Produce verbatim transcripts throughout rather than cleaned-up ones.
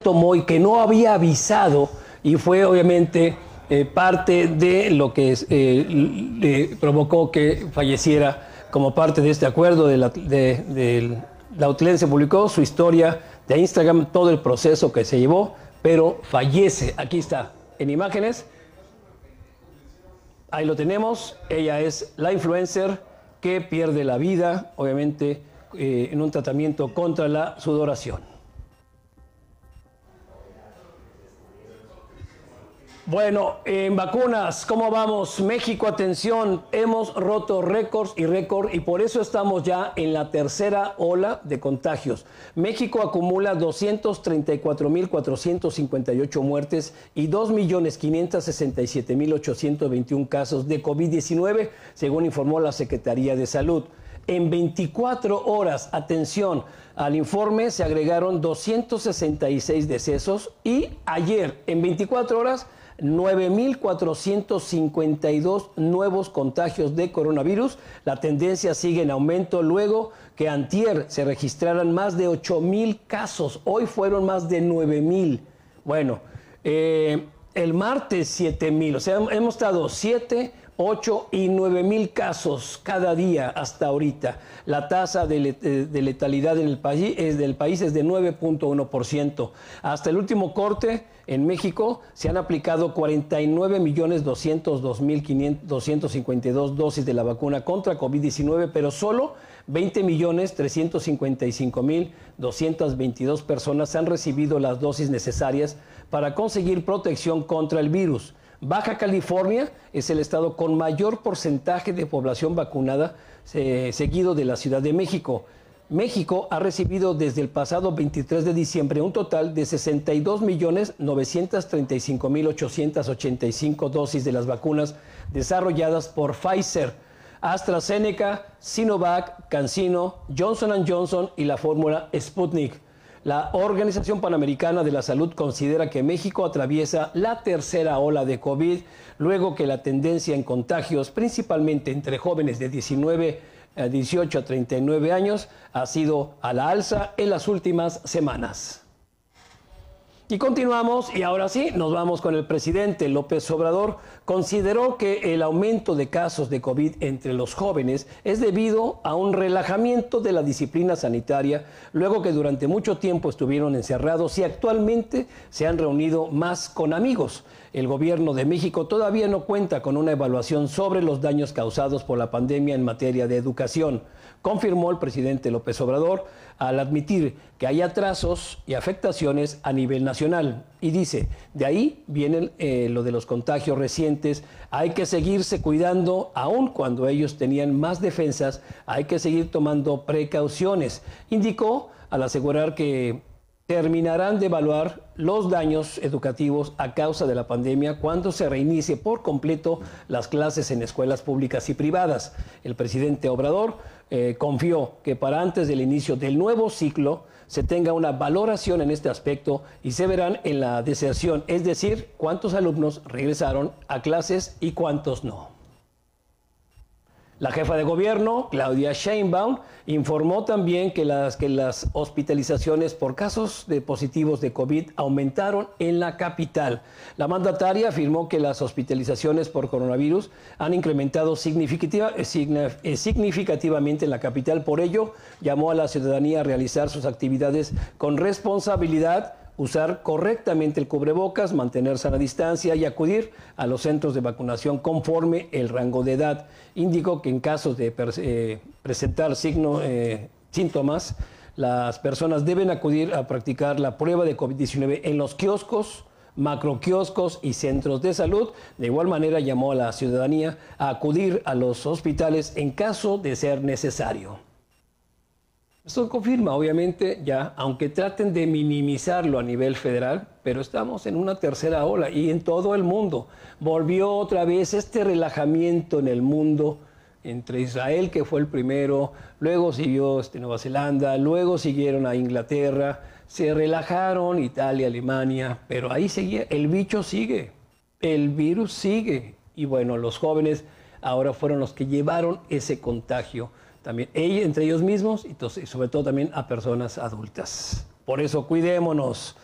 tomó y que no había avisado, y fue obviamente eh, parte de lo que eh, le provocó que falleciera como parte de este acuerdo. De la, de, de, la hotelera se publicó su historia de Instagram, todo el proceso que se llevó, pero fallece. Aquí está en imágenes. Ahí lo tenemos. Ella es la influencer que pierde la vida, obviamente, eh, en un tratamiento contra la sudoración. Bueno, en vacunas, ¿cómo vamos? México, atención, hemos roto récords y récord y por eso estamos ya en la tercera ola de contagios. México acumula doscientos treinta y cuatro mil cuatrocientos cincuenta y ocho muertes y dos millones quinientos sesenta y siete mil ochocientos veintiuno casos de COVID diecinueve, según informó la Secretaría de Salud. En veinticuatro horas, atención, al informe se agregaron doscientos sesenta y seis decesos y ayer, en veinticuatro horas, nueve mil cuatrocientos cincuenta y dos nuevos contagios de coronavirus. La tendencia sigue en aumento luego que antier se registraran más de ocho mil casos. Hoy fueron más de nueve mil. Bueno, eh, el martes siete mil. O sea, hemos estado siete, ocho y nueve mil casos cada día hasta ahorita. La tasa de, let de letalidad en el país es, del país es de nueve punto uno por ciento. Hasta el último corte, en México se han aplicado cuarenta y nueve millones doscientos dos mil doscientos cincuenta y dos dosis de la vacuna contra COVID diecinueve, pero solo veinte millones trescientos cincuenta y cinco mil doscientas veintidós personas han recibido las dosis necesarias para conseguir protección contra el virus. Baja California es el estado con mayor porcentaje de población vacunada, eh, seguido de la Ciudad de México. México ha recibido desde el pasado veintitrés de diciembre un total de sesenta y dos millones novecientos treinta y cinco mil ochocientos ochenta y cinco dosis de las vacunas desarrolladas por Pfizer, AstraZeneca, Sinovac, CanSino, Johnson and Johnson y la fórmula Sputnik. La Organización Panamericana de la Salud considera que México atraviesa la tercera ola de COVID, luego que la tendencia en contagios, principalmente entre jóvenes de diecinueve a dieciocho a treinta y nueve años, ha sido a la alza en las últimas semanas. Y continuamos, y ahora sí, nos vamos con el presidente López Obrador. Consideró que el aumento de casos de COVID entre los jóvenes es debido a un relajamiento de la disciplina sanitaria, luego que durante mucho tiempo estuvieron encerrados y actualmente se han reunido más con amigos. El gobierno de México todavía no cuenta con una evaluación sobre los daños causados por la pandemia en materia de educación, confirmó el presidente López Obrador al admitir que hay atrasos y afectaciones a nivel nacional. Y dice, de ahí viene eh, lo de los contagios recientes, hay que seguirse cuidando, aun cuando ellos tenían más defensas, hay que seguir tomando precauciones. Indicó al asegurar que terminarán de evaluar los daños educativos a causa de la pandemia cuando se reinicie por completo las clases en escuelas públicas y privadas. El presidente Obrador eh, confió que para antes del inicio del nuevo ciclo se tenga una valoración en este aspecto y se verán en la deserción, es decir, cuántos alumnos regresaron a clases y cuántos no. La jefa de gobierno, Claudia Sheinbaum, informó también que las, que las hospitalizaciones por casos de positivos de COVID aumentaron en la capital. La mandataria afirmó que las hospitalizaciones por coronavirus han incrementado significativa, significativamente en la capital. Por ello, llamó a la ciudadanía a realizar sus actividades con responsabilidad, usar correctamente el cubrebocas, mantener sana distancia y acudir a los centros de vacunación conforme el rango de edad. Indicó que en casos de eh, presentar signo, eh, síntomas, las personas deben acudir a practicar la prueba de COVID diecinueve en los kioscos, macroquioscos y centros de salud. De igual manera llamó a la ciudadanía a acudir a los hospitales en caso de ser necesario. Esto confirma, obviamente, ya, aunque traten de minimizarlo a nivel federal, pero estamos en una tercera ola y en todo el mundo. Volvió otra vez este relajamiento en el mundo entre Israel, que fue el primero, luego siguió este, Nueva Zelanda, luego siguieron a Inglaterra, se relajaron Italia, Alemania, pero ahí seguía, el bicho sigue, el virus sigue. Y bueno, los jóvenes ahora fueron los que llevaron ese contagio también, ellos, entre ellos mismos y sobre todo también a personas adultas. Por eso cuidémonos.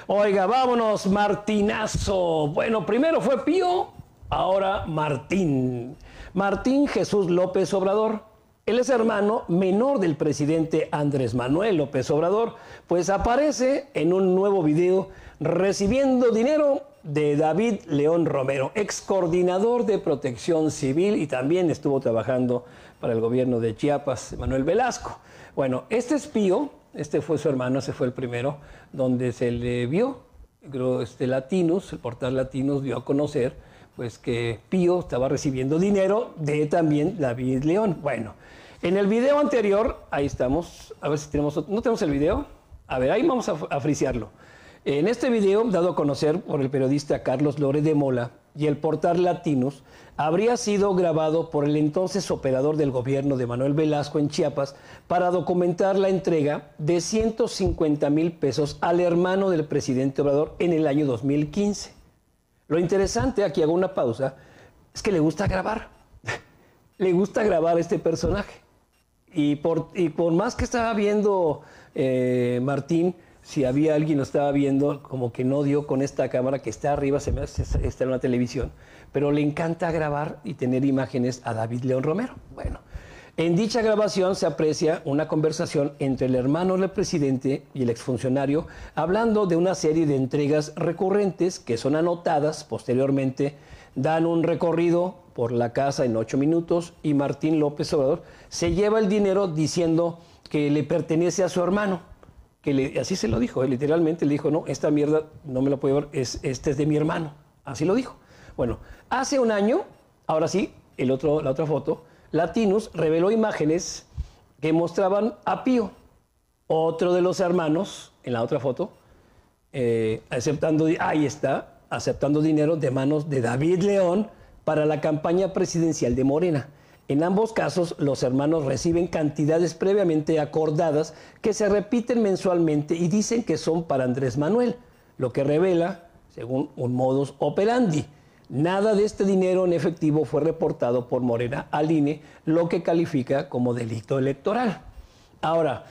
Oiga, vámonos, Martinazo. Bueno, primero fue Pío, ahora Martín. Martín Jesús López Obrador. Él es hermano menor del presidente Andrés Manuel López Obrador, pues aparece en un nuevo video recibiendo dinero de David León Romero, ex coordinador de Protección Civil, y también estuvo trabajando para el gobierno de Chiapas, Manuel Velasco. Bueno, este es Pío, este fue su hermano, ese fue el primero, donde se le vio, creo, este Latinos, el portal Latinos dio a conocer pues que Pío estaba recibiendo dinero de también David León. Bueno, en el video anterior, ahí estamos, a ver si tenemos, otro. ¿No tenemos el video? A ver, ahí vamos a, a frisearlo. En este video, dado a conocer por el periodista Carlos Lore de Mola y el portal Latinos, habría sido grabado por el entonces operador del gobierno de Manuel Velasco en Chiapas para documentar la entrega de ciento cincuenta mil pesos al hermano del presidente Obrador en el año dos mil quince. Lo interesante, aquí hago una pausa, es que le gusta grabar. Le gusta grabar a este personaje. Y por, y por más que estaba viendo eh, Martín, si había alguien lo estaba viendo, como que no dio con esta cámara que está arriba, se me hace, está en una televisión, pero le encanta grabar y tener imágenes a David León Romero. Bueno, en dicha grabación se aprecia una conversación entre el hermano del presidente y el exfuncionario, hablando de una serie de entregas recurrentes que son anotadas posteriormente, dan un recorrido por la casa en ocho minutos y Martín López Obrador se lleva el dinero diciendo que le pertenece a su hermano. Que le, así se lo dijo, él literalmente le dijo, no, esta mierda no me la puedo llevar, es, este es de mi hermano. Así lo dijo. Bueno, hace un año, ahora sí, el otro, la otra foto, Latinos reveló imágenes que mostraban a Pío, otro de los hermanos, en la otra foto, eh, aceptando, ahí está, aceptando dinero de manos de David León para la campaña presidencial de Morena. En ambos casos, los hermanos reciben cantidades previamente acordadas que se repiten mensualmente y dicen que son para Andrés Manuel, lo que revela, según un modus operandi. Nada de este dinero en efectivo fue reportado por Morena al I N E, lo que califica como delito electoral. Ahora,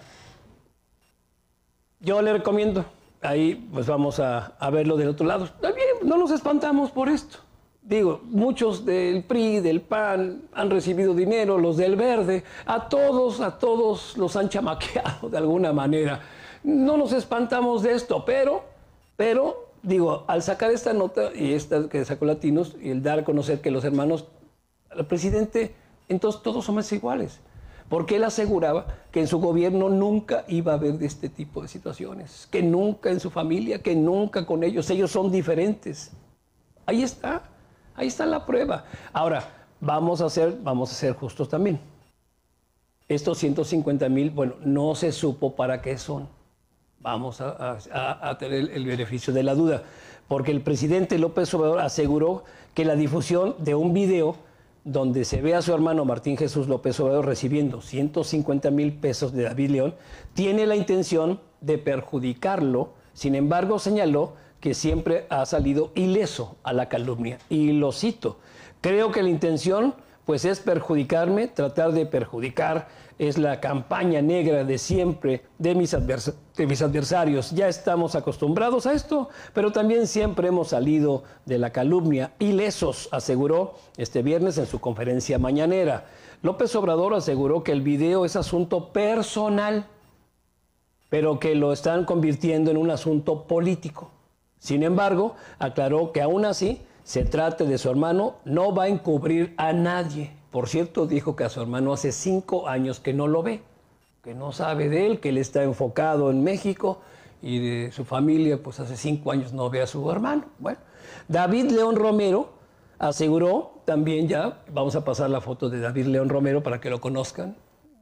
yo le recomiendo, ahí pues vamos a, a verlo del otro lado. También no nos espantamos por esto. Digo, muchos del P R I, del P A N, han recibido dinero, los del Verde, a todos, a todos los han chamaqueado de alguna manera. No nos espantamos de esto, pero, pero, digo, al sacar esta nota y esta que sacó Latinos y el dar a conocer que los hermanos, el presidente, entonces todos somos iguales. Porque él aseguraba que en su gobierno nunca iba a haber de este tipo de situaciones, que nunca en su familia, que nunca con ellos, ellos son diferentes. Ahí está. Ahí está la prueba. Ahora, vamos a ser, vamos a ser justos también. Estos ciento cincuenta mil, bueno, no se supo para qué son. Vamos a, a, a tener el, el beneficio de la duda. Porque el presidente López Obrador aseguró que la difusión de un video donde se ve a su hermano Martín Jesús López Obrador recibiendo ciento cincuenta mil pesos de David León, tiene la intención de perjudicarlo. Sin embargo, señaló que siempre ha salido ileso a la calumnia. Y lo cito, creo que la intención pues es perjudicarme, tratar de perjudicar, es la campaña negra de siempre de mis, advers de mis adversarios. Ya estamos acostumbrados a esto, pero también siempre hemos salido de la calumnia ilesos, aseguró este viernes en su conferencia mañanera. López Obrador aseguró que el video es asunto personal, pero que lo están convirtiendo en un asunto político. Sin embargo, aclaró que aún así se trate de su hermano, no va a encubrir a nadie. Por cierto, dijo que a su hermano hace cinco años que no lo ve, que no sabe de él, que él está enfocado en México y de su familia, pues hace cinco años no ve a su hermano. Bueno, David León Romero aseguró también ya, vamos a pasar la foto de David León Romero para que lo conozcan.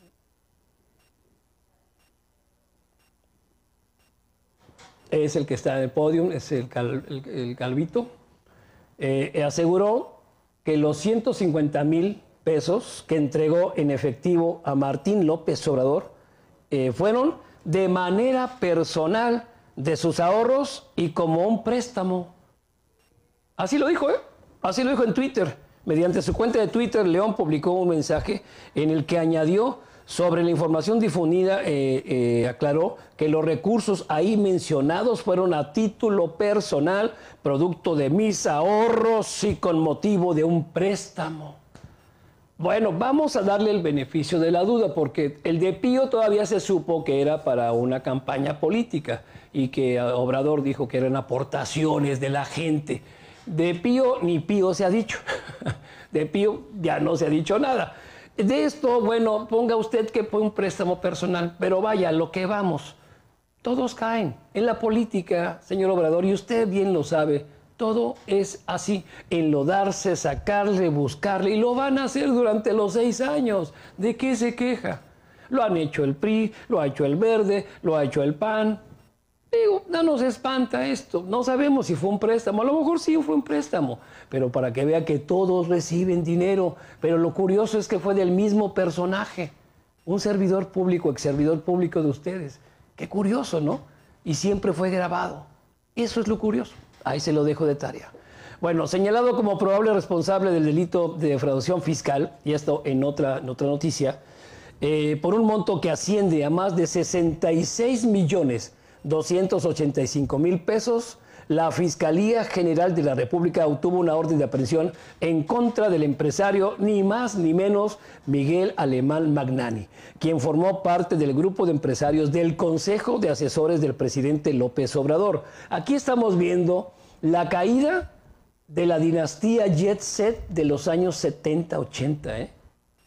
Es el que está en el podio, es el, cal, el, el calvito. Eh, aseguró que los ciento cincuenta mil pesos que entregó en efectivo a Martín López Obrador eh, fueron de manera personal de sus ahorros y como un préstamo. Así lo dijo, ¿eh? Así lo dijo en Twitter. Mediante su cuenta de Twitter, León publicó un mensaje en el que añadió Sobre la información difundida, eh, eh, aclaró que los recursos ahí mencionados fueron a título personal, producto de mis ahorros y con motivo de un préstamo. Bueno, vamos a darle el beneficio de la duda, porque el de Pío todavía se supo que era para una campaña política y que Obrador dijo que eran aportaciones de la gente. De Pío ni Pío se ha dicho. De Pío ya no se ha dicho nada. De esto, bueno, ponga usted que fue un préstamo personal, pero vaya, lo que vamos, todos caen. En la política, señor Obrador, y usted bien lo sabe, todo es así, enlodarse, sacarle, buscarle, y lo van a hacer durante los seis años. ¿De qué se queja? Lo han hecho el P R I, lo ha hecho el Verde, lo ha hecho el P A N. Digo, no nos espanta esto, no sabemos si fue un préstamo, a lo mejor sí fue un préstamo, pero para que vea que todos reciben dinero, pero lo curioso es que fue del mismo personaje, un servidor público, ex servidor público de ustedes. Qué curioso, ¿no? Y siempre fue grabado. Eso es lo curioso. Ahí se lo dejo de tarea. Bueno, señalado como probable responsable del delito de defraudación fiscal, y esto en otra, en otra noticia, eh, por un monto que asciende a más de sesenta y seis millones doscientos ochenta y cinco mil pesos, la Fiscalía General de la República obtuvo una orden de aprehensión en contra del empresario, ni más ni menos, Miguel Alemán Magnani, quien formó parte del grupo de empresarios del Consejo de Asesores del presidente López Obrador. Aquí estamos viendo la caída de la dinastía Jet Set de los años setenta, ochenta. ¿eh?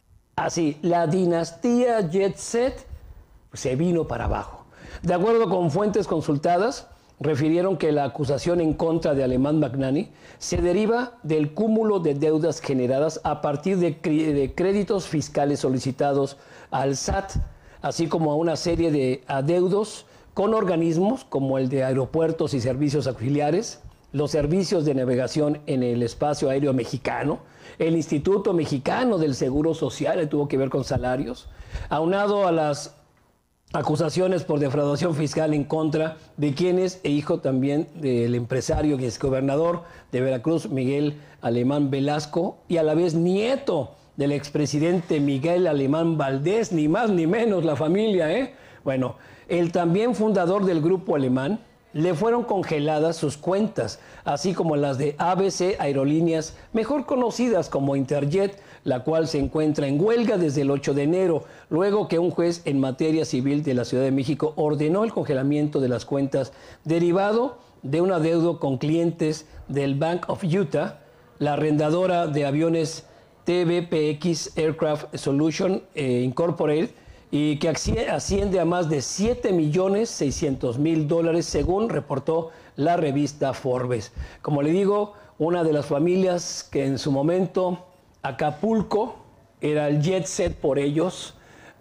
Así, la dinastía Jet Set se vino para abajo. De acuerdo con fuentes consultadas, refirieron que la acusación en contra de Alemán Magnani se deriva del cúmulo de deudas generadas a partir de, de créditos fiscales solicitados al S A T, así como a una serie de adeudos con organismos como el de Aeropuertos y Servicios Auxiliares, los servicios de navegación en el espacio aéreo mexicano, el Instituto Mexicano del Seguro Social, que tuvo que ver con salarios, aunado a las acusaciones por defraudación fiscal en contra de quien es e hijo también del empresario y ex gobernador de Veracruz, Miguel Alemán Velasco, y a la vez nieto del expresidente Miguel Alemán Valdés, ni más ni menos la familia, ¿eh? Bueno, el también fundador del Grupo Alemán, le fueron congeladas sus cuentas, así como las de A B C Aerolíneas, mejor conocidas como Interjet, la cual se encuentra en huelga desde el ocho de enero, luego que un juez en materia civil de la Ciudad de México ordenó el congelamiento de las cuentas derivado de un adeudo con clientes del Bank of Utah, la arrendadora de aviones T B P X Aircraft Solution eh, Incorporated, y que asciende a más de siete millones seiscientos mil dólares, según reportó la revista Forbes. Como le digo, una de las familias que en su momento Acapulco era el jet set por ellos,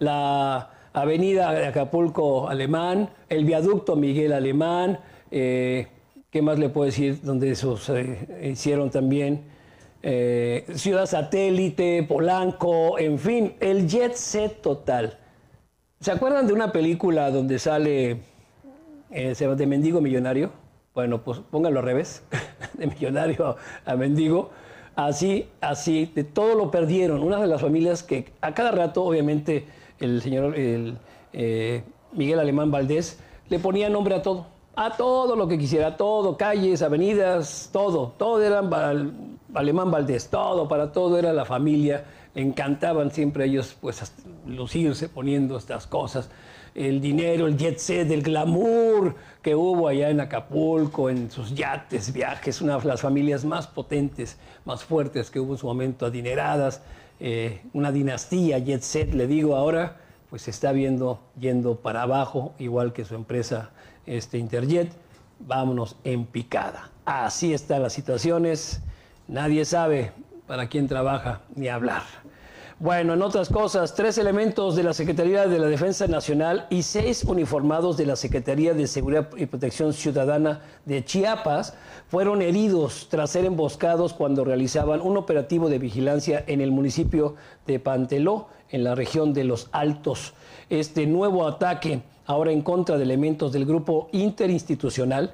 la avenida de Acapulco Alemán, el viaducto Miguel Alemán, eh, ¿qué más le puedo decir? Donde esos eh, hicieron también eh, Ciudad Satélite, Polanco, en fin, el jet set total. ¿Se acuerdan de una película donde sale eh, de mendigo millonario? Bueno, pues pónganlo al revés, de millonario a mendigo. Así, así, de todo lo perdieron. Una de las familias que a cada rato, obviamente, el señor el, eh, Miguel Alemán Valdés le ponía nombre a todo. A todo lo que quisiera, todo, calles, avenidas, todo. Todo era Alemán Valdés, todo, para todo era la familia. Encantaban siempre ellos, pues, lucirse poniendo estas cosas. El dinero, el jet set, el glamour que hubo allá en Acapulco, en sus yates, viajes, una de las familias más potentes, más fuertes que hubo en su momento, adineradas, eh, una dinastía jet set, le digo ahora, pues se está viendo yendo para abajo, igual que su empresa este, Interjet. Vámonos en picada. Así están las situaciones, nadie sabe para quién trabaja ni hablar. Bueno, en otras cosas, tres elementos de la Secretaría de la Defensa Nacional y seis uniformados de la Secretaría de Seguridad y Protección Ciudadana de Chiapas fueron heridos tras ser emboscados cuando realizaban un operativo de vigilancia en el municipio de Panteló, en la región de Los Altos. Este nuevo ataque, ahora en contra de elementos del grupo interinstitucional,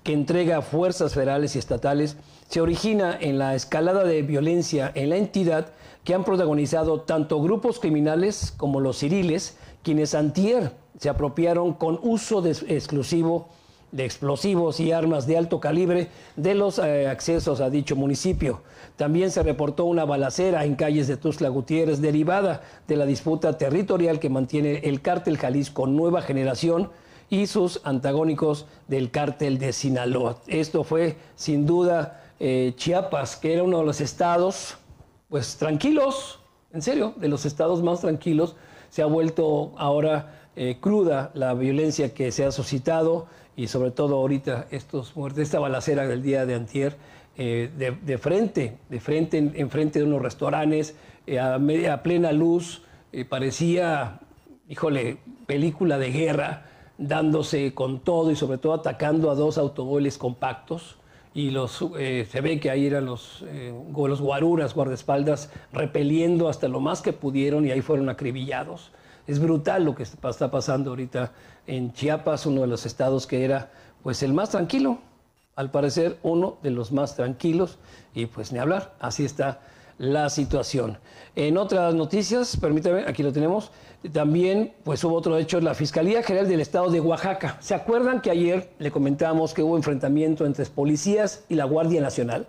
que entrega a fuerzas federales y estatales se origina en la escalada de violencia en la entidad que han protagonizado tanto grupos criminales como los civiles, quienes antier se apropiaron con uso de, exclusivo de explosivos y armas de alto calibre de los eh, accesos a dicho municipio. También se reportó una balacera en calles de Tuxtla Gutiérrez derivada de la disputa territorial que mantiene el cártel Jalisco Nueva Generación y sus antagónicos del cártel de Sinaloa. Esto fue sin duda eh, Chiapas, que era uno de los estados pues tranquilos, en serio, de los estados más tranquilos. Se ha vuelto ahora eh, cruda la violencia que se ha suscitado y sobre todo ahorita estos muertes, esta balacera del día de antier, eh, de, de frente, de frente, en, en frente de unos restaurantes, eh, a, media, a plena luz, eh, parecía, híjole, película de guerra, dándose con todo y sobre todo atacando a dos automóviles compactos. Y los, eh, se ve que ahí eran los, eh, los guaruras, guardaespaldas, repeliendo hasta lo más que pudieron y ahí fueron acribillados. Es brutal lo que está pasando ahorita en Chiapas, uno de los estados que era pues el más tranquilo, al parecer uno de los más tranquilos, y pues ni hablar, así está la situación. En otras noticias, permítame, aquí lo tenemos, también pues hubo otro hecho, la Fiscalía General del Estado de Oaxaca. ¿Se acuerdan que ayer le comentábamos que hubo enfrentamiento entre policías y la Guardia Nacional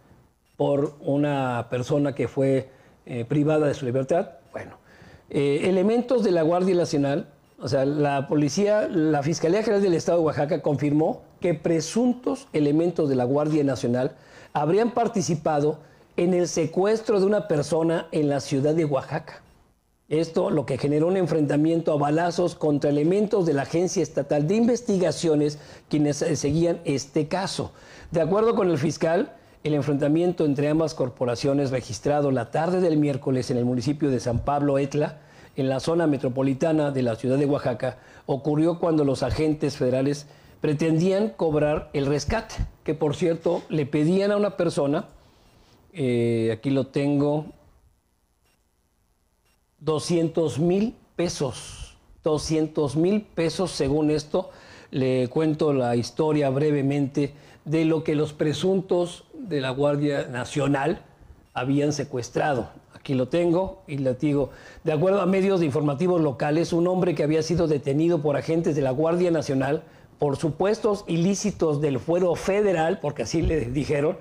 por una persona que fue eh, privada de su libertad? Bueno, eh, elementos de la Guardia Nacional, o sea, la policía, la Fiscalía General del Estado de Oaxaca confirmó que presuntos elementos de la Guardia Nacional habrían participado en el secuestro de una persona en la ciudad de Oaxaca. Esto lo que generó un enfrentamiento a balazos contra elementos de la Agencia Estatal de Investigaciones, quienes seguían este caso. De acuerdo con el fiscal, el enfrentamiento entre ambas corporaciones registrado la tarde del miércoles en el municipio de San Pablo Etla, en la zona metropolitana de la ciudad de Oaxaca, ocurrió cuando los agentes federales pretendían cobrar el rescate, que por cierto le pedían a una persona, eh, aquí lo tengo, doscientos mil pesos, doscientos mil pesos. Según esto, le cuento la historia brevemente de lo que los presuntos de la Guardia Nacional habían secuestrado. Aquí lo tengo y le digo, de acuerdo a medios de informativos locales, un hombre que había sido detenido por agentes de la Guardia Nacional por supuestos ilícitos del fuero federal, porque así le dijeron,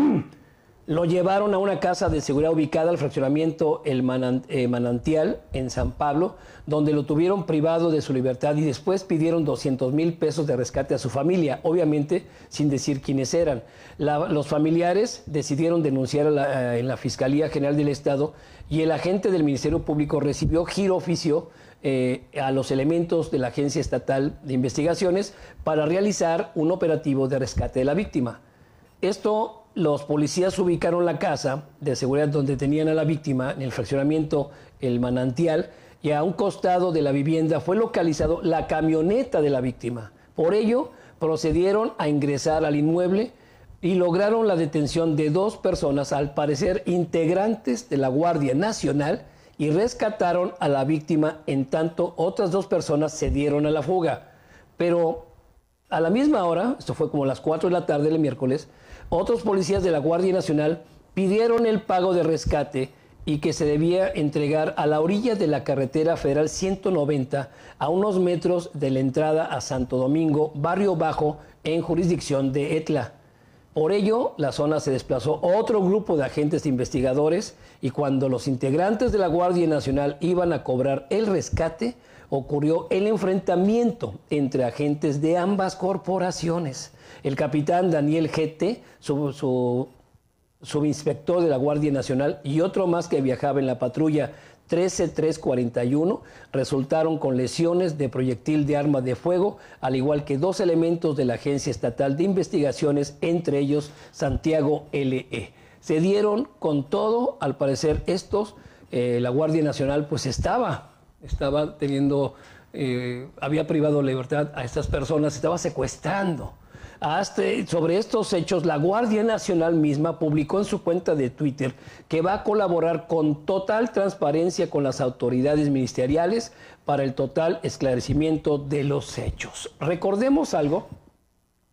lo llevaron a una casa de seguridad ubicada al fraccionamiento El Manantial en San Pablo, donde lo tuvieron privado de su libertad y después pidieron doscientos mil pesos de rescate a su familia, obviamente sin decir quiénes eran. La, los familiares decidieron denunciar a la, en la Fiscalía General del Estado y el agente del Ministerio Público recibió giro oficio eh, a los elementos de la Agencia Estatal de Investigaciones para realizar un operativo de rescate de la víctima. Esto... Los policías ubicaron la casa de seguridad donde tenían a la víctima en el fraccionamiento El Manantial y a un costado de la vivienda fue localizado la camioneta de la víctima. Por ello, procedieron a ingresar al inmueble y lograron la detención de dos personas, al parecer integrantes de la Guardia Nacional, y rescataron a la víctima, en tanto otras dos personas se dieron a la fuga. Pero a la misma hora, esto fue como las cuatro de la tarde del miércoles, otros policías de la Guardia Nacional pidieron el pago de rescate y que se debía entregar a la orilla de la carretera federal ciento noventa, a unos metros de la entrada a Santo Domingo, Barrio Bajo, en jurisdicción de Etla. Por ello, la zona se desplazó otro grupo de agentes investigadores y cuando los integrantes de la Guardia Nacional iban a cobrar el rescate, ocurrió el enfrentamiento entre agentes de ambas corporaciones. El capitán Daniel G T, su, su subinspector de la Guardia Nacional, y otro más que viajaba en la patrulla trece tres cuarenta y uno, resultaron con lesiones de proyectil de arma de fuego, al igual que dos elementos de la Agencia Estatal de Investigaciones, entre ellos Santiago L E. Se dieron con todo, al parecer estos, eh, la Guardia Nacional pues estaba, estaba teniendo, eh, había privado de libertad a estas personas, estaba secuestrando. Hasta sobre estos hechos, la Guardia Nacional misma publicó en su cuenta de Twitter que va a colaborar con total transparencia con las autoridades ministeriales para el total esclarecimiento de los hechos. Recordemos algo,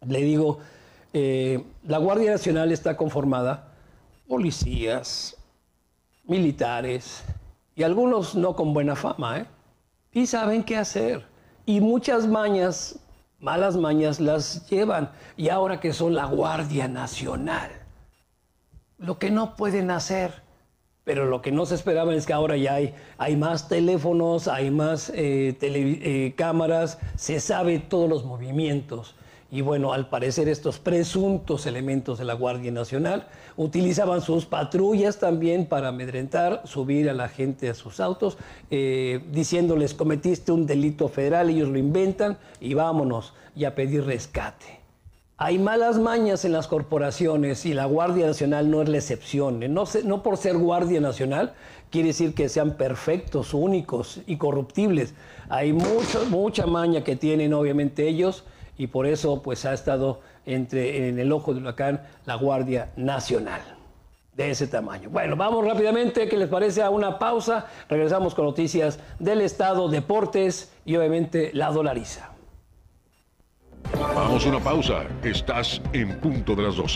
Le digo, eh, la Guardia Nacional está conformada policías, militares y algunos no con buena fama, ¿eh? Y saben qué hacer. Y muchas mañas, malas mañas las llevan. Y ahora que son la Guardia Nacional, lo que no pueden hacer, pero lo que no se esperaban es que ahora ya hay, hay más teléfonos, hay más eh, tele, eh, cámaras, se sabe todos los movimientos. Y bueno, al parecer estos presuntos elementos de la Guardia Nacional utilizaban sus patrullas también para amedrentar, subir a la gente a sus autos, eh, diciéndoles cometiste un delito federal, ellos lo inventan y vámonos y a pedir rescate. Hay malas mañas en las corporaciones y la Guardia Nacional no es la excepción. No, se, no por ser Guardia Nacional quiere decir que sean perfectos, únicos, incorruptibles. Hay mucho, mucha maña que tienen obviamente ellos y por eso pues ha estado entre, en el ojo del huracán la Guardia Nacional de ese tamaño. Bueno, vamos rápidamente, ¿qué les parece? A una pausa. Regresamos con noticias del Estado, deportes y obviamente la dolariza. Vamos a una pausa. Estás en punto de las doce.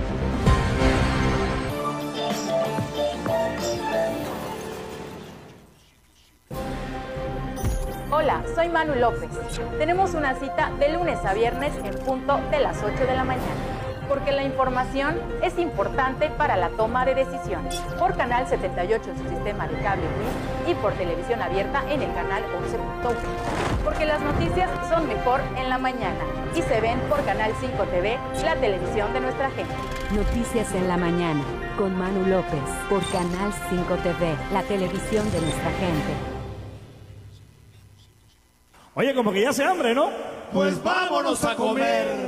Hola, soy Manu López. Tenemos una cita de lunes a viernes en punto de las ocho de la mañana, porque la información es importante para la toma de decisiones. Por Canal setenta y ocho en su sistema de cable W I S y por televisión abierta en el canal once punto uno. Porque las noticias son mejor en la mañana y se ven por Canal cinco T V, la televisión de nuestra gente. Noticias en la mañana con Manu López por Canal cinco T V, la televisión de nuestra gente. Oye, como que ya hace hambre, ¿no? Pues vámonos a comer.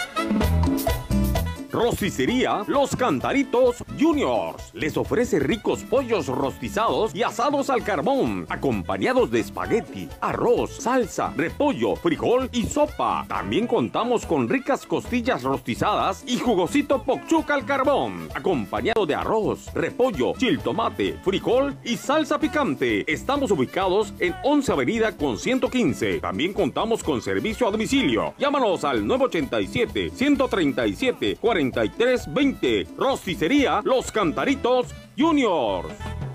Rosticería Los Cantaritos Juniors les ofrece ricos pollos rostizados y asados al carbón, acompañados de espagueti, arroz, salsa, repollo, frijol y sopa. También contamos con ricas costillas rostizadas y jugosito pokchuk al carbón, acompañado de arroz, repollo, chiltomate, frijol y salsa picante. Estamos ubicados en once Avenida con ciento quince. También contamos con servicio a domicilio. Llámanos al nueve ocho siete, uno tres siete, cuatro tres dos cero. Rosticería Los Cantaritos Juniors.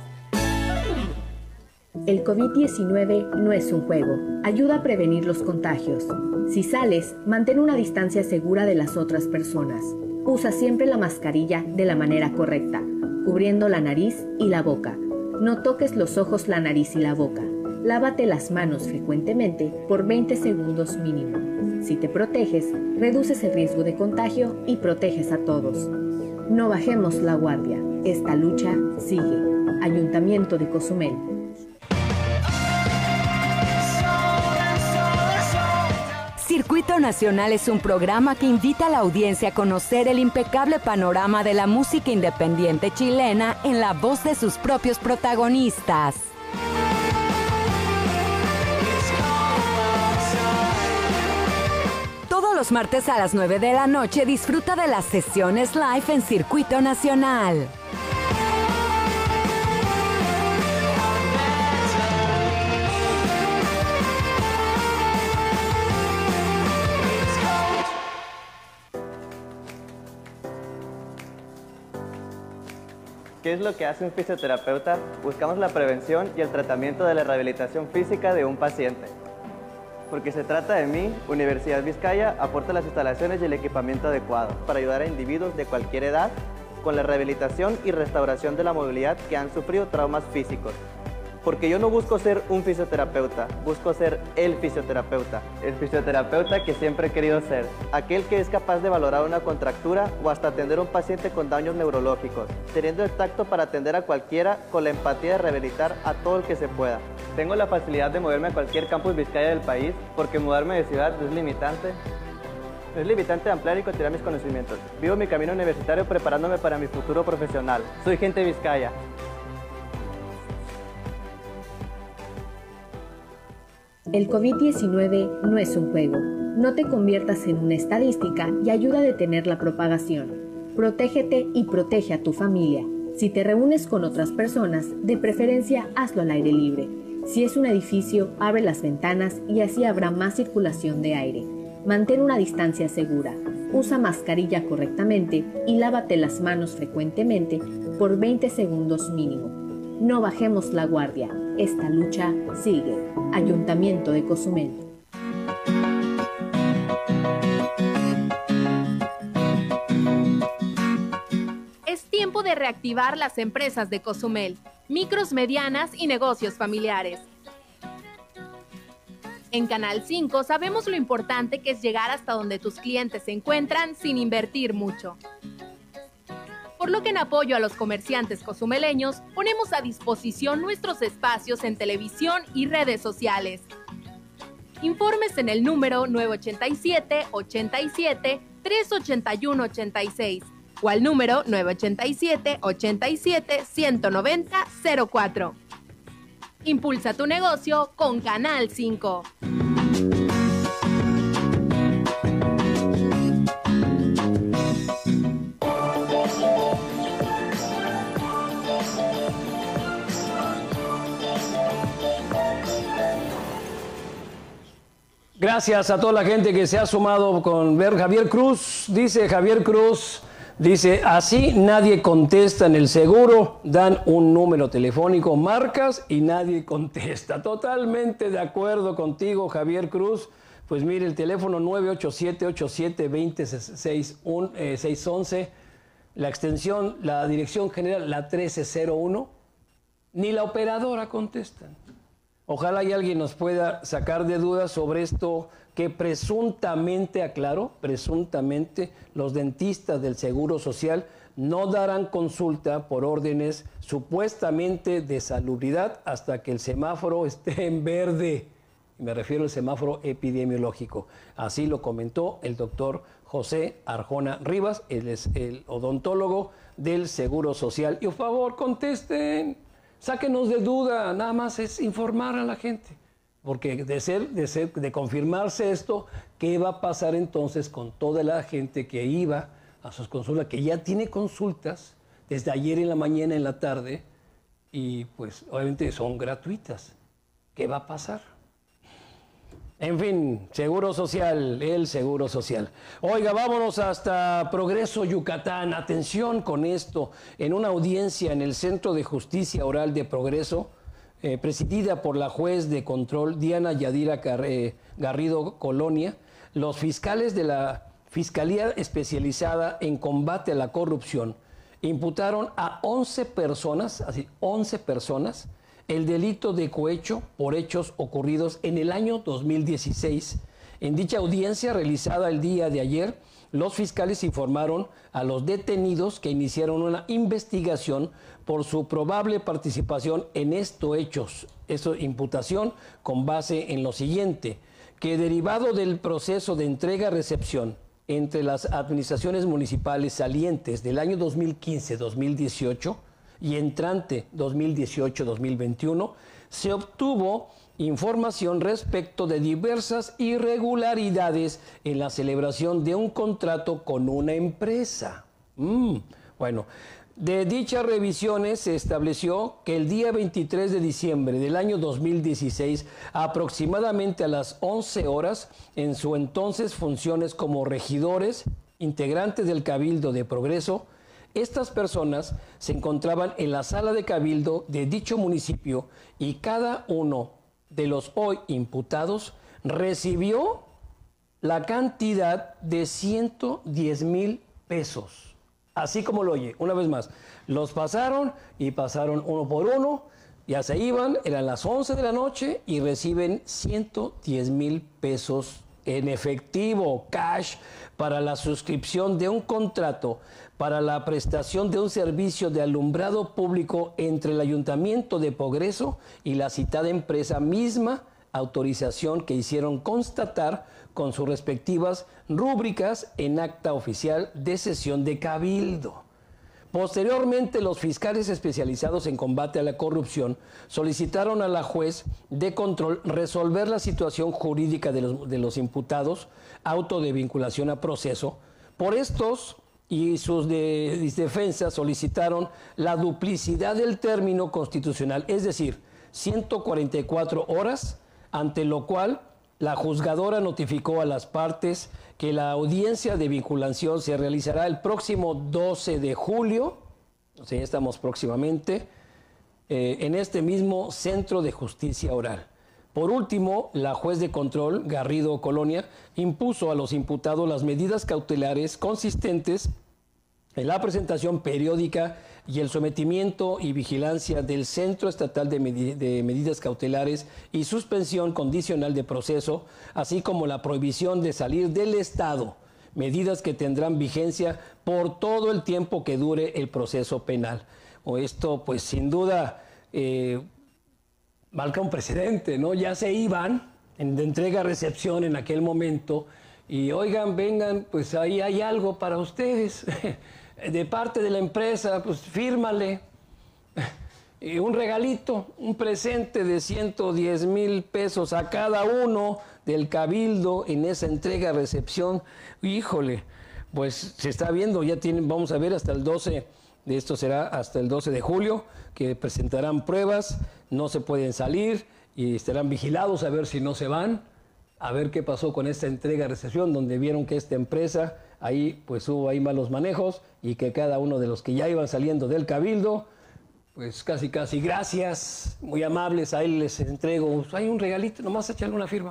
El COVID diecinueve no es un juego. Ayuda a prevenir los contagios. Si sales, mantén una distancia segura de las otras personas. Usa siempre la mascarilla de la manera correcta, cubriendo la nariz y la boca. No toques los ojos, la nariz y la boca. Lávate las manos frecuentemente por veinte segundos mínimo. Si te proteges, reduces el riesgo de contagio y proteges a todos. No bajemos la guardia. Esta lucha sigue. Ayuntamiento de Cozumel. Circuito Nacional es un programa que invita a la audiencia a conocer el impecable panorama de la música independiente chilena en la voz de sus propios protagonistas. Todos los martes a las nueve de la noche disfruta de las sesiones live en Circuito Nacional. ¿Qué es lo que hace un fisioterapeuta? Buscamos la prevención y el tratamiento de la rehabilitación física de un paciente. Porque se trata de mí, Universidad Vizcaya aporta las instalaciones y el equipamiento adecuado para ayudar a individuos de cualquier edad con la rehabilitación y restauración de la movilidad que han sufrido traumas físicos. Porque yo no busco ser un fisioterapeuta, busco ser el fisioterapeuta. El fisioterapeuta que siempre he querido ser. Aquel que es capaz de valorar una contractura o hasta atender a un paciente con daños neurológicos, teniendo el tacto para atender a cualquiera con la empatía de rehabilitar a todo el que se pueda. Tengo la facilidad de moverme a cualquier campus Vizcaya del país porque mudarme de ciudad no es limitante. No es limitante ampliar y continuar mis conocimientos. Vivo mi camino universitario preparándome para mi futuro profesional. Soy gente Vizcaya. El COVID diecinueve no es un juego. No te conviertas en una estadística y ayuda a detener la propagación. Protégete y protege a tu familia. Si te reúnes con otras personas, de preferencia hazlo al aire libre. Si es un edificio, abre las ventanas y así habrá más circulación de aire. Mantén una distancia segura. usa mascarilla correctamente y lávate las manos frecuentemente por veinte segundos mínimo. No bajemos la guardia. Esta lucha sigue. Ayuntamiento de Cozumel. Es tiempo de reactivar las empresas de Cozumel, micros, medianas y negocios familiares. En Canal cinco sabemos lo importante que es llegar hasta donde tus clientes se encuentran sin invertir mucho. Por lo que en apoyo a los comerciantes cozumeleños, ponemos a disposición nuestros espacios en televisión y redes sociales. Informes en el número nueve ochenta y siete, ochenta y siete, trescientos ochenta y uno, ochenta y seis o al número nueve ochenta y siete, ochenta y siete, ciento noventa, cero cuatro. Impulsa tu negocio con Canal cinco. Gracias a toda la gente que se ha sumado con ver Javier Cruz. Dice Javier Cruz, dice, así nadie contesta en el seguro, dan un número telefónico, marcas y nadie contesta. Totalmente de acuerdo contigo, Javier Cruz. Pues mire, el teléfono nueve ocho siete, ocho siete, dos cero, seis once, la extensión, la dirección general, la trece cero uno, ni la operadora contestan. Ojalá y alguien nos pueda sacar de dudas sobre esto que presuntamente, aclaro, presuntamente los dentistas del Seguro Social no darán consulta por órdenes supuestamente de salubridad hasta que el semáforo esté en verde. Me refiero al semáforo epidemiológico. Así lo comentó el doctor José Arjona Rivas, él es el odontólogo del Seguro Social. Y por favor, contesten. Sáquenos de duda, nada más es informar a la gente. Porque de ser, de ser, de confirmarse esto, ¿qué va a pasar entonces con toda la gente que iba a sus consultas, que ya tiene consultas desde ayer en la mañana, en la tarde, y pues obviamente son gratuitas? ¿Qué va a pasar? En fin, Seguro Social, el Seguro Social. Oiga, vámonos hasta Progreso, Yucatán. Atención con esto. En una audiencia en el Centro de Justicia Oral de Progreso, eh, presidida por la juez de control Diana Yadira Garrido Colonia, los fiscales de la Fiscalía Especializada en Combate a la Corrupción imputaron a once personas, así, once personas, el delito de cohecho por hechos ocurridos en el año dos mil dieciséis. En dicha audiencia realizada el día de ayer, los fiscales informaron a los detenidos que iniciaron una investigación por su probable participación en estos hechos, esta imputación con base en lo siguiente, que derivado del proceso de entrega-recepción entre las administraciones municipales salientes del año dos mil quince dos mil dieciocho, y entrante dos mil dieciocho dos mil veintiuno, se obtuvo información respecto de diversas irregularidades en la celebración de un contrato con una empresa. Mm, bueno, de dichas revisiones se estableció que el día veintitrés de diciembre del año dos mil dieciséis, aproximadamente a las once horas, en su entonces funciones como regidores, integrantes del Cabildo de Progreso, estas personas se encontraban en la sala de cabildo de dicho municipio y cada uno de los hoy imputados recibió la cantidad de ciento diez mil pesos. Así como lo oye, una vez más, los pasaron y pasaron uno por uno, ya se iban, eran las once de la noche y reciben ciento diez mil pesos en efectivo, cash, para la suscripción de un contrato para la prestación de un servicio de alumbrado público entre el Ayuntamiento de Progreso y la citada empresa, misma autorización que hicieron constatar con sus respectivas rúbricas en acta oficial de sesión de cabildo. Posteriormente, los fiscales especializados en combate a la corrupción solicitaron a la juez de control resolver la situación jurídica de los, de los imputados, auto de vinculación a proceso. Por estos y sus de, defensas solicitaron la duplicidad del término constitucional, es decir, ciento cuarenta y cuatro horas, ante lo cual la juzgadora notificó a las partes que la audiencia de vinculación se realizará el próximo doce de julio, o sea, ya estamos próximamente, eh, en este mismo Centro de Justicia Oral. Por último, la juez de control, Garrido Colonia, impuso a los imputados las medidas cautelares consistentes en la presentación periódica y el sometimiento y vigilancia del Centro Estatal de, Medi- de Medidas Cautelares y suspensión condicional de proceso, así como la prohibición de salir del Estado, medidas que tendrán vigencia por todo el tiempo que dure el proceso penal. O esto, pues sin duda, eh, marca un precedente, ¿no? Ya se iban en, de entrega-recepción en aquel momento y oigan, vengan, pues ahí hay algo para ustedes. De parte de la empresa, pues fírmale. Y un regalito, un presente de ciento diez mil pesos a cada uno del cabildo en esa entrega-recepción. Híjole, pues se está viendo, ya tienen, vamos a ver hasta el doce, de esto será hasta el doce de julio, que presentarán pruebas, no se pueden salir y estarán vigilados a ver si no se van, a ver qué pasó con esta entrega-recepción, donde vieron que esta empresa, ahí pues hubo ahí malos manejos y que cada uno de los que ya iban saliendo del cabildo, pues casi casi gracias, muy amables, ahí les entrego, hay un regalito, nomás echarle una firma.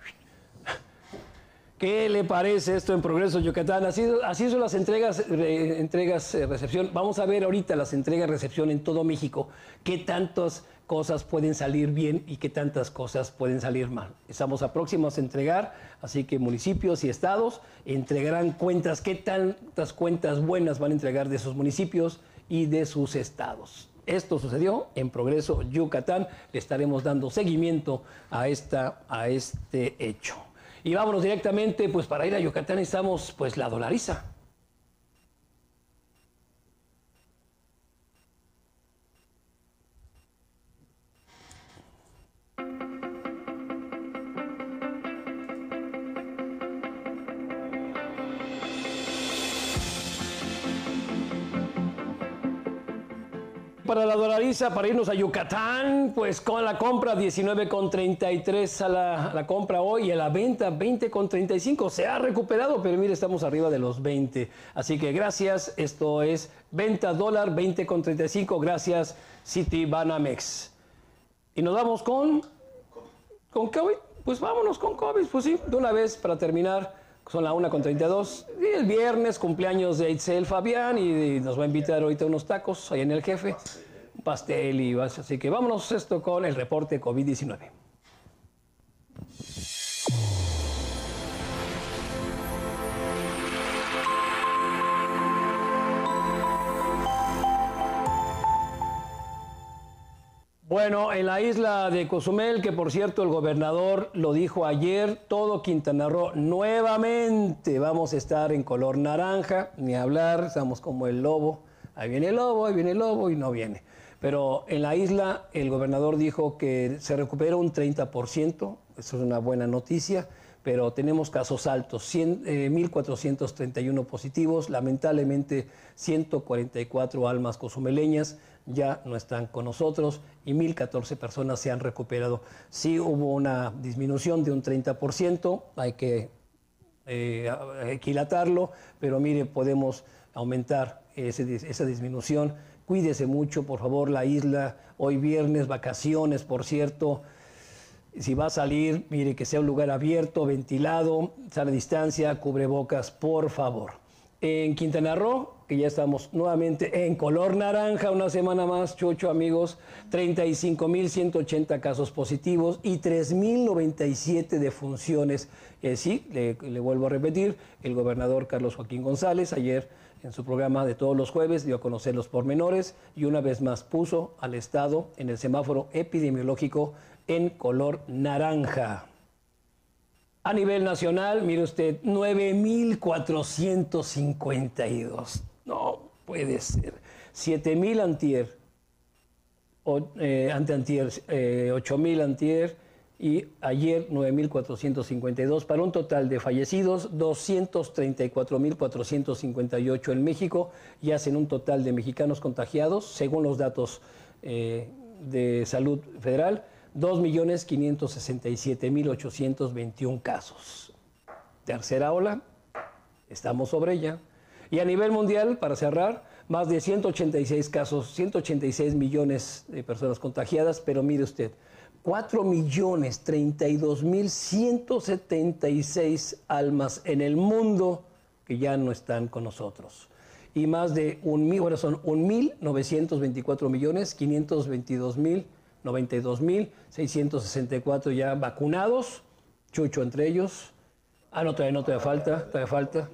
¿Qué le parece esto en Progreso Yucatán? Así, así son las entregas, re, entregas, eh, recepción. Vamos a ver ahorita las entregas, recepción en todo México. ¿Qué tantas cosas pueden salir bien y qué tantas cosas pueden salir mal? Estamos a próximos a entregar, así que municipios y estados entregarán cuentas. ¿Qué tantas cuentas buenas van a entregar de sus municipios y de sus estados? Esto sucedió en Progreso Yucatán. Le estaremos dando seguimiento a, esta, a este hecho. Y vámonos directamente, pues para ir a Yucatán estamos, pues la dolariza. Para la dolariza, para irnos a Yucatán, pues con la compra diecinueve con treinta y tres a la, la compra hoy y a la venta veinte con treinta y cinco. Se ha recuperado, pero mire, estamos arriba de los veinte. Así que gracias, esto es venta dólar veinte con treinta y cinco. Gracias, Citibanamex. Y nos vamos con, con COVID. Pues vámonos con COVID, pues sí, de una vez para terminar. Son la una con treinta y dos. Y el viernes, cumpleaños de Itzel Fabián y nos va a invitar ahorita unos tacos ahí en el Jefe. Un pastel y vas. Así que vámonos esto con el reporte COVID diecinueve. Bueno, en la isla de Cozumel, que por cierto el gobernador lo dijo ayer, todo Quintana Roo nuevamente vamos a estar en color naranja, ni hablar, estamos como el lobo, ahí viene el lobo, ahí viene el lobo y no viene. Pero en la isla el gobernador dijo que se recupera un treinta por ciento, eso es una buena noticia, pero tenemos casos altos, eh, mil cuatrocientos treinta y uno positivos, lamentablemente ciento cuarenta y cuatro almas cozumeleñas ya no están con nosotros y mil catorce personas se han recuperado. Sí hubo una disminución de un treinta por ciento, hay que eh, equilatarlo, pero mire, podemos aumentar ese, esa disminución. Cuídese mucho, por favor, la isla, hoy viernes, vacaciones, por cierto. Si va a salir, mire que sea un lugar abierto, ventilado, sana distancia, cubrebocas, por favor. En Quintana Roo, que ya estamos nuevamente en color naranja, una semana más, Chocho, amigos, treinta y cinco mil ciento ochenta casos positivos y tres mil noventa y siete defunciones. Eh, sí, le, le vuelvo a repetir, el gobernador Carlos Joaquín González ayer en su programa de todos los jueves dio a conocer los pormenores y una vez más puso al estado en el semáforo epidemiológico en color naranja. A nivel nacional, mire usted, nueve mil cuatrocientos cincuenta y dos. No puede ser. siete mil antier, o, eh, anteantier, eh, ocho mil antier y ayer nueve mil cuatrocientos cincuenta y dos, para un total de fallecidos doscientos treinta y cuatro mil cuatrocientos cincuenta y ocho en México y hacen un total de mexicanos contagiados, según los datos eh, de salud federal, dos millones quinientos sesenta y siete mil ochocientos veintiún casos. Tercera ola, estamos sobre ella. Y a nivel mundial, para cerrar, más de ciento ochenta y seis casos, ciento ochenta y seis millones de personas contagiadas, pero mire usted, cuatro millones treinta y dos mil ciento setenta y seis almas en el mundo que ya no están con nosotros. Y más de un mil, bueno, son un mil novecientos veinticuatro millones quinientos veintidós mil noventa y dos mil seiscientos sesenta y cuatro ya vacunados, Chucho entre ellos. Ah, no, todavía no, todavía falta, todavía falta.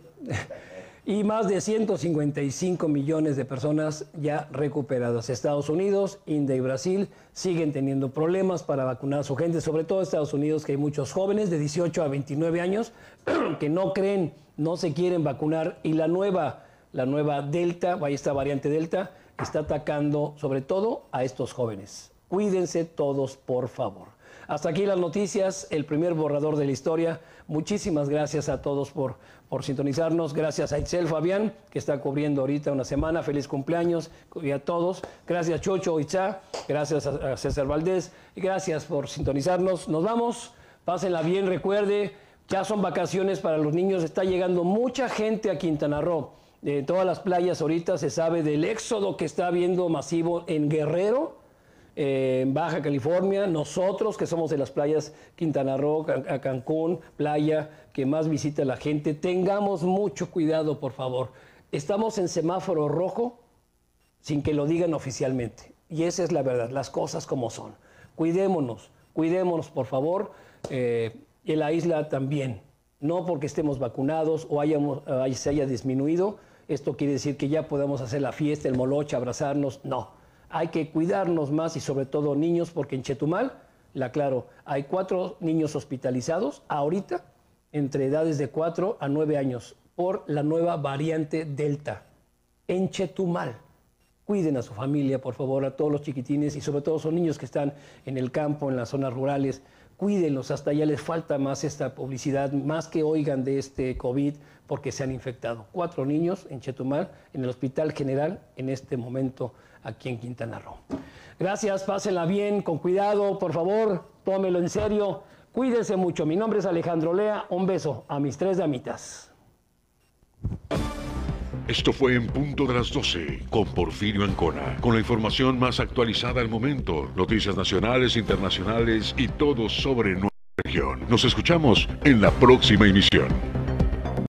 Y más de ciento cincuenta y cinco millones de personas ya recuperadas. Estados Unidos, India y Brasil siguen teniendo problemas para vacunar a su gente, sobre todo Estados Unidos, que hay muchos jóvenes de dieciocho a veintinueve años que no creen, no se quieren vacunar, y la nueva, la nueva Delta, o ahí esta variante Delta, está atacando sobre todo a estos jóvenes. Cuídense todos, por favor. Hasta aquí las noticias, el primer borrador de la historia. Muchísimas gracias a todos por, por sintonizarnos. Gracias a Itzel Fabián, que está cubriendo ahorita una semana. Feliz cumpleaños y a todos. Gracias Chocho, Itza. Gracias a César Valdés. Y gracias por sintonizarnos. Nos vamos. Pásenla bien. Recuerde, ya son vacaciones para los niños. Está llegando mucha gente a Quintana Roo. De todas las playas ahorita se sabe del éxodo que está habiendo masivo en Guerrero, en Baja California. Nosotros que somos de las playas Quintana Roo, a Cancún, playa que más visita la gente, tengamos mucho cuidado, por favor. Estamos en semáforo rojo sin que lo digan oficialmente, y esa es la verdad, las cosas como son. Cuidémonos, cuidémonos, por favor, eh, y en la isla también. No porque estemos vacunados o hayamos, eh, se haya disminuido, esto quiere decir que ya podamos hacer la fiesta, el moloche, abrazarnos, no. Hay que cuidarnos más, y sobre todo niños, porque en Chetumal, la aclaro, hay cuatro niños hospitalizados ahorita entre edades de cuatro a nueve años por la nueva variante Delta. En Chetumal. Cuiden a su familia, por favor, a todos los chiquitines, y sobre todo son niños que están en el campo, en las zonas rurales. Cuídenlos, hasta allá les falta más esta publicidad, más que oigan de este COVID, porque se han infectado. Cuatro niños en Chetumal, en el Hospital General, en este momento, aquí en Quintana Roo. Gracias, pásenla bien, con cuidado, por favor, tómelo en serio, cuídense mucho. Mi nombre es Alejandro Lea, un beso a mis tres damitas. Esto fue En Punto de las doce con Porfirio Ancona, con la información más actualizada al momento, noticias nacionales, internacionales y todo sobre nuestra región. Nos escuchamos en la próxima emisión.